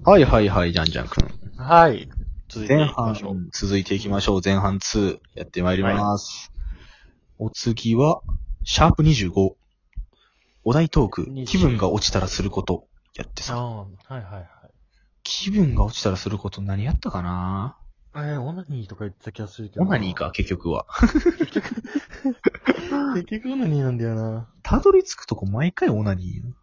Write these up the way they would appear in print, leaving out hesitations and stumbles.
はいはいはい、じゃんじゃんくん。 はい。続いて前いきましょう。 半、続いていきましょう。前半2、やってまいります。お次は、シャープ25。お題トーク、 20 気分が落ちたらすること。やってさ。 ああ、はいはいはい。 気分が落ちたらすること何やったかな。 オナニーとか言ってた気がするけど。 オナニーか、結局は。 結局オナニーなんだよな。 たどり着くとこ毎回オナニーよ。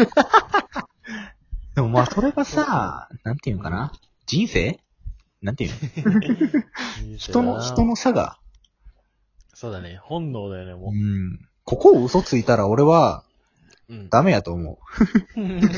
でもまあ、それがさ、なんていうんかな。人生なんていうの人の差が。 そうだね。本能だよね、もうん。ここを嘘ついたら俺は、 う。うん。 ダメやと思う。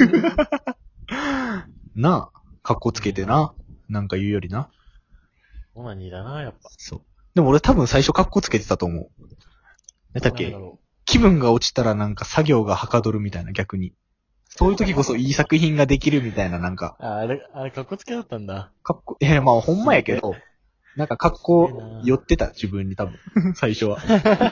なあ、格好つけてな。なんか言うよりな。 オナニーだな、やっぱ。 そう。でも俺多分最初格好つけてたと思う。なんだっけ、気分が落ちたらなんか作業がはかどるみたいな、逆に。そういう時こそいい作品ができるみたいな、なんか。 あれ、かっこつけだったんだ。 いや、まあほんまやけど、なんか格好寄ってた、自分に多分。最初は。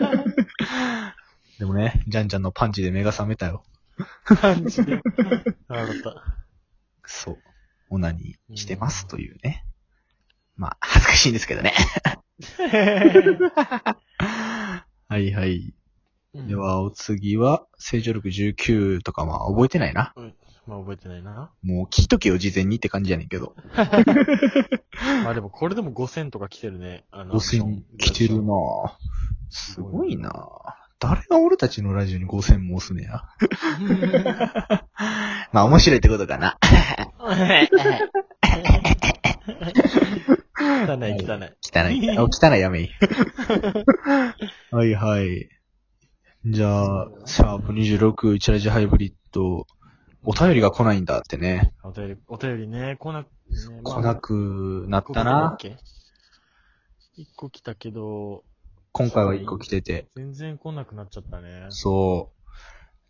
でもね、ジャンジャンのパンチで目が覚めたよ。 パンチで。あ、だった。 そう。オナニーしてますというね。まあ、恥ずかしいんですけどね。はいはい。では、お次は、正常力19とかまあ覚えてないな。 まあ覚えてないな。 もう聞いとけよ、事前にって感じやねんけど。 まあでもこれでも5000とか来てるね。 5000来てるなぁ。すごいなぁ。誰が俺たちのラジオに5000も押すねや。まあ面白いってことかな。 汚い。 汚い。汚いやめい。はいはい。じゃあ、シャープ26、1ラジハイブリッド、お便りが来ないんだってね。 お便りね、来なくなったな。 1個来たけど、 今回は1個来てて。 全然来なくなっちゃったね。 そう。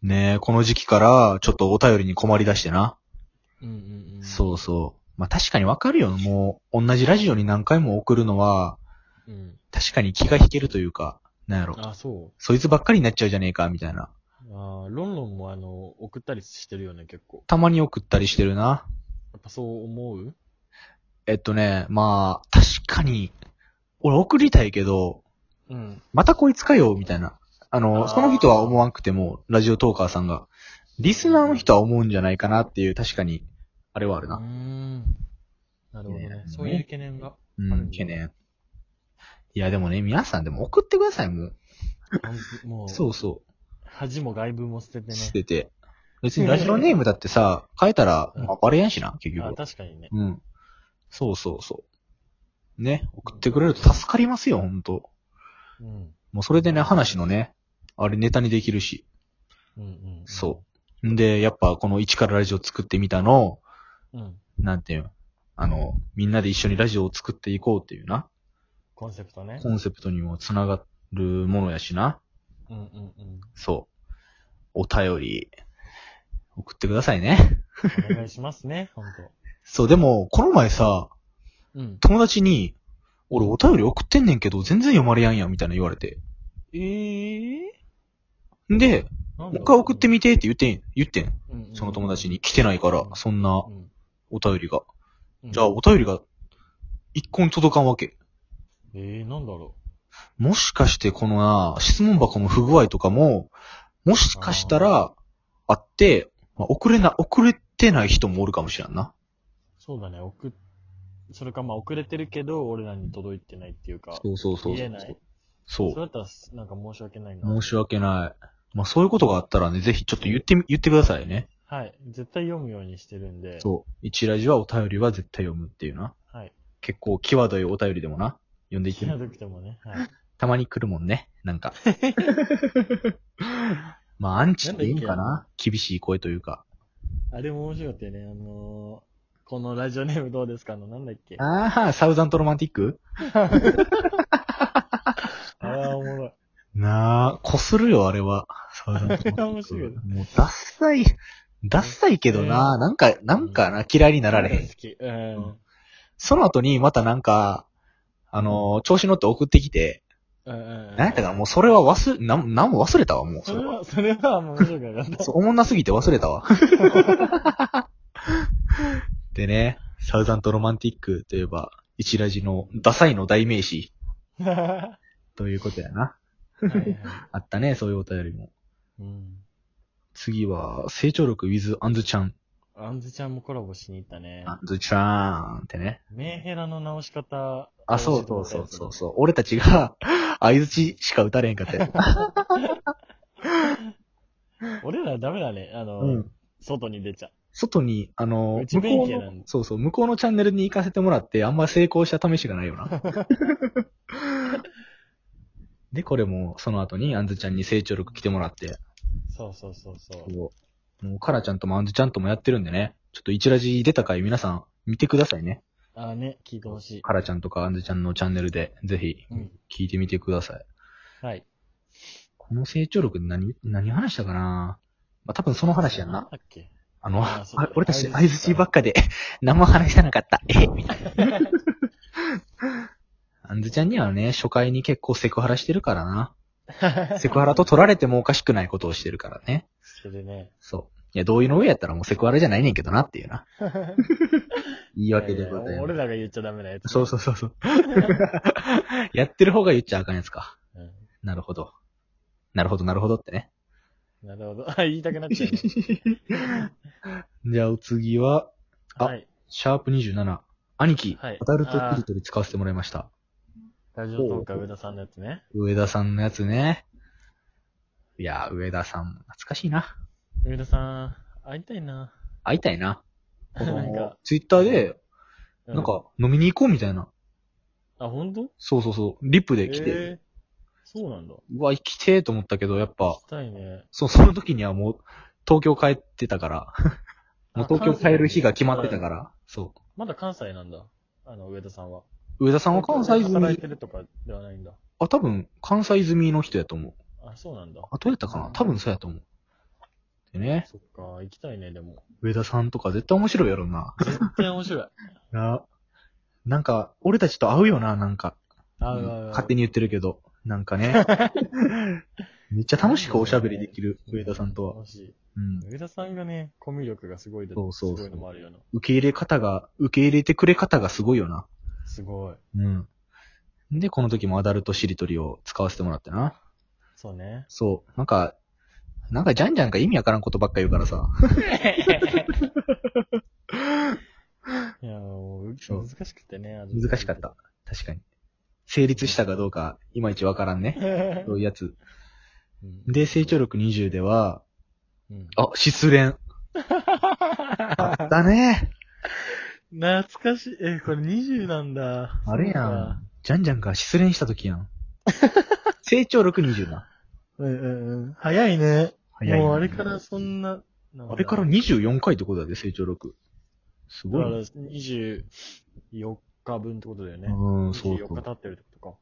ねえ、この時期からちょっとお便りに困り出してな。そうそう。まあ確かにわかるよ。もう、同じラジオに何回も送るのは、確かに気が引けるというか、なんやろ。 あ、そう。 そいつばっかりになっちゃうじゃねえか、みたいな。 ロンロンも送ったりしてるよね、結構。 たまに送ったりしてるな。 やっぱそう思う？ まあ、確かに、俺送りたいけど、またこいつかよ、みたいな。その人は思わんくても、ラジオトーカーさんが、リスナーの人は思うんじゃないかなっていう、確かに、あれはあるな。 なるほどね。そういう懸念が。 懸念。いや、でもね、皆さんでも送ってください、もう。 もう。 そうそう。 恥も外部も捨ててね。 捨てて。別にラジオネームだってさ、変えたら、バレやんしな、結局。 あ、確かにね。 そうそうそう。ね、送ってくれると助かりますよ、ほんと。もうそれでね、話のね、あれネタにできるし。そう。んで、やっぱこの一からラジオ作ってみたの、なんていうの、みんなで一緒にラジオを作っていこうっていうな。 コンセプトね。 コンセプトにもつながるものやしな。そう。お便り、送ってくださいね。 お願いしますね、ほんと。 そう、でも、この前さ、友達に、俺お便り送ってんねんけど、全然読まれやんやん、みたいな言われて。で、もう一回送ってみてって言ってん。その友達に来てないから、そんなお便りが。じゃあお便りが一向に届かんわけ。 なんだろう。もしかしてこのな、質問箱の不具合とかも、もしかしたら、あって、まあ、遅れてない人もおるかもしれんな。 そうだね、それかまあ遅れてるけど、俺らに届いてないっていうか。 そう。 言えない。 そう。 それだったら、なんか申し訳ないな。 申し訳ない。まあそういうことがあったらね、ぜひちょっと言ってくださいね。 はい。絶対読むようにしてるんで。 そう。一ラジはお便りは絶対読むっていうな。 はい。 結構際どいお便りでもな。読んでいって際どくてもね。はい。 たまに来るもんね。なんか。まあアンチって言うんかな。厳しい声というか。 あれも面白かったよね。このラジオネームどうですかなんだっけ。 ああ、サウザントロマンティックあれはおもろい。 なあ、こするよ、あれは。サウザントロマンティック。 面白い。 もう、ダッサいけどな、なんかな、嫌いになられへん。 好き。 その後に、またなんか、調子乗って送ってきて、なんやったかな、もうそれはなんも忘れたわ、もう。 それはもう面白くなかった。 そう、おもんなすぎて忘れたわ。 でね、サウザントロマンティックといえば、一ラジのダサいの代名詞ということやな。 はいはい。 あったね、そういうお便りも。 うん。 次は、成長力 with アンズちゃん。 あんずちゃんもコラボしに行ったね。 アンズちゃんってね。 メンヘラの直し方。 あ、そうそうそうそうそう。俺たちが、相づちしか打たれへんかったやつ。 俺らダメだね。 うん。 外に出ちゃ。 外に、 内弁慶なんだ。 そうそう、向こうのチャンネルに行かせてもらって、あんま成功した試しがないよな。で、これも、その後に、アンズちゃんに成長力来てもらって、 そうそうそうそう。 もう、カラちゃんともアンズちゃんともやってるんでね、ちょっと一ラジ出た回皆さん見てくださいね。 ああね、聞いてほしい。 カラちゃんとかアンズちゃんのチャンネルで、ぜひ、聞いてみてください。 はい。 この成長力で何話したかな。まあ、多分その話やんな。 なんだっけ。 俺たち相づちばっかで何も話さなかった。みたいな。アンズちゃんにはね、初回に結構セクハラしてるからな。セクハラと取られてもおかしくないことをしてるからね。 してるね。 そう。いや、同意の上やったらもうセクハラじゃないねんけどなっていうな。言い訳でございます。 俺らが言っちゃダメなやつ。 そうそうそうそう。やってる方が言っちゃあかんやつか。 うん、 なるほど。なるほど、なるほどってね。 なるほど。言いたくなっちゃう、ね。 じゃあお次は、 はい。 シャープ27。兄貴、 はい、 アダルトテリトリ使わせてもらいました。 ラジオトーカー上田さんのやつね。 上田さんのやつね。いやー、上田さん、懐かしいな。 上田さん、会いたいな。 会いたいな。 なんか、 ツイッターで、なんか、飲みに行こうみたいな。 あ、ほんと？ そうそうそう。リップで来て。 そうなんだ。 うわ、行きてーと思ったけど、やっぱ。 行きたいね。 そう、その時にはもう、東京帰ってたから。もう東京帰る日が決まってたから。そう。 まだ関西なんだ。上田さんは。 上田さんは関西済み。 働いてるとかではないんだ。 あ、多分、関西済みの人やと思う。 あ、そうなんだ。 あ、どうやったかな？多分そうやと思う。でね。 そっか、行きたいね、でも。 上田さんとか絶対面白いやろな。 絶対面白い。 なんか、俺たちと合うよな、なんか。勝手に言ってるけど。なんかね。めっちゃ楽しくおしゃべりできる、上田さんとは。 楽しい。 うん。 上田さんがね、コミュ力がすごいで、 そうそうそう。 すごいのもあるよな。 受け入れてくれ方がすごいよな。 すごい。 うん。で、この時もアダルトしりとりを使わせてもらってな。 そうね。 そう。なんか、じゃんじゃんが意味わからんことばっか言うからさ。 いや、もう、難しくてね。 難しかった。確かに。成立したかどうか、いまいちわからんね。そういうやつ。で、成長力20では、失恋。あったね。 懐かしい。これ20なんだ。 あれやん。じゃんじゃんが失恋した時やん。成長力20な。 早いね。 早い、ね。 もうあれからそんな。 あれから24回ってことだね、成長力。すごい、ね。 だから24日分ってことだよね。 そう。 24日経ってるってことか。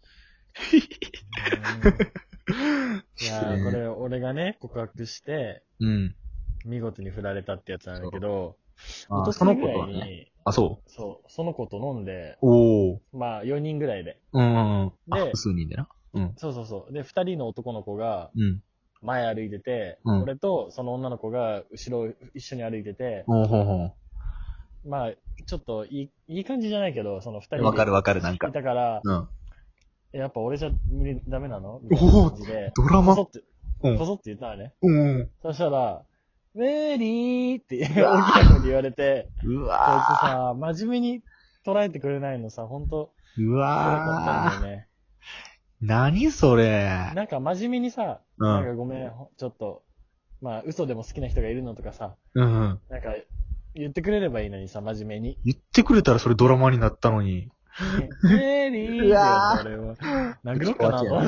いやー、これ、俺がね、告白して、見事に振られたってやつなんだけど、 その子とはね。そう。 そう、その子と飲んで、まあ、4人ぐらいで。 で、複数人でな。 そう。で、2人の男の子が、前歩いてて、俺とその女の子が後ろ一緒に歩いてて、まあ、ちょっといい感じじゃないけど、その2人で。 わかる、なんか。 いたから、やっぱ俺じゃダメなのみたいな感じで。ドラマこそって言ったらね。そしたら、メリーって大きな声で言われて、 うわこいつさ、真面目に捉えてくれないのさ、ほんと。 うわー。ね、 何それ。 なんか真面目にさ、なんかごめん、ちょっと、まあ嘘でも好きな人がいるのとかさ、なんか言ってくれればいいのにさ、真面目に。 言ってくれたらそれドラマになったのに。 メリーって言われは。殴ろうかなと思って。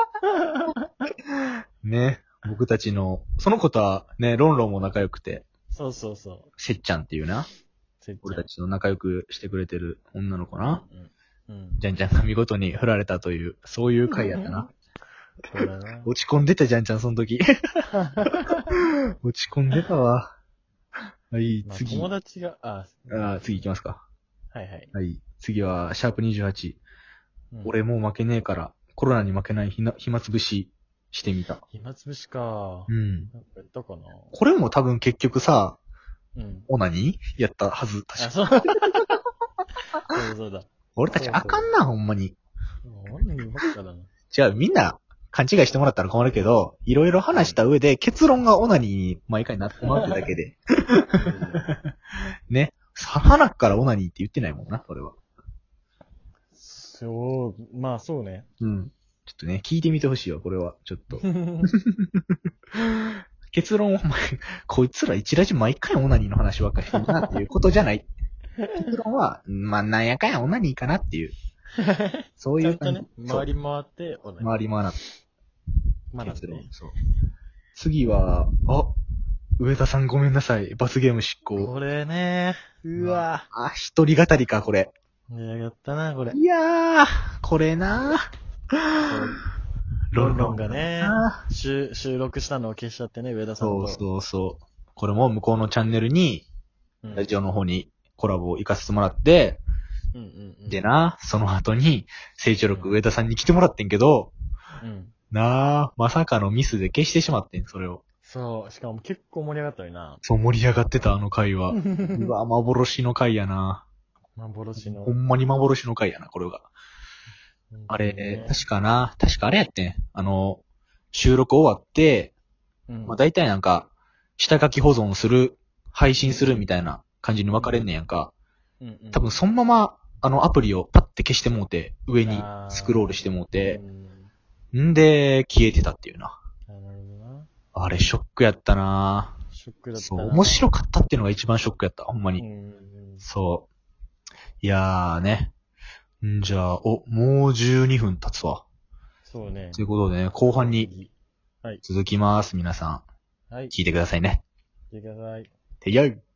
ね。僕たちの、その子とはね、ロンロンも仲良くて。 そう。 せっちゃんっていうな。俺たちの仲良くしてくれてる女の子な。じゃんちゃんが見事に振られたという、そういう回やったな。落ち込んでたじゃんちゃん、その時。落ち込んでたわ。はい、次。 友達が、 次行きますか。 はい。 はい。次は、シャープ28。俺もう負けねえから、コロナに負けない暇つぶししてみた。 暇つぶしか。 なんかやったかな。 これも多分結局さ、 オナニーやったはず、確かに。 そうだ。 俺たちあかんな、ほんまに。 オナニーばっかだな。 じゃあみんな勘違いしてもらったら困るけど、いろいろ話した上で結論がオナニーに毎回なってもらってだけで。ね。鼻からオナニーって言ってないもんな、それは。 そう、まあそうね。 ちょっとね、聞いてみてほしいわ、これは。ちょっと。結論を、こいつら一ラジ毎回オナニーの話ばっかりしてるなっていうことじゃない。結論は、まあ、なんやかんやオナニーかなっていう。そういう感じ。 ね、回り回ってオナニー。 回り回って。 結論。 そう。次は、上田さんごめんなさい。罰ゲーム執行。 これね。うわ一人語りか、これ。 やったな、これ。 いやー、これなロンロンがね、収録したのを消しちゃってね、上田さんと。 そう。これも向こうのチャンネルに、ラジオの方にコラボを行かせてもらって、でな、その後に、聖一録上田さんに来てもらってんけど、まさかのミスで消してしまってん、それを。 そう、しかも結構盛り上がったよな。 そう、盛り上がってた、あの回は。うわ、幻の回やな。 幻の。 ほんまに幻の回やな、これが。あれ、確かあれやってん。収録終わって、大体なんか、下書き保存する、配信するみたいな感じに分かれんねんやんか。多分そのまま、アプリをパッて消してもうて、上にスクロールしてもうて、んで、消えてたっていうな。あれ、ショックやったな。 ショックだった。 そう、面白かったっていうのが一番ショックやった、ほんまに。そう。いやーね。じゃあ、もう12分経つわ。 そうね。 ということでね、後半に続きます、皆さん。 はい。 聞いてくださいね。 聞いてください。 てやい。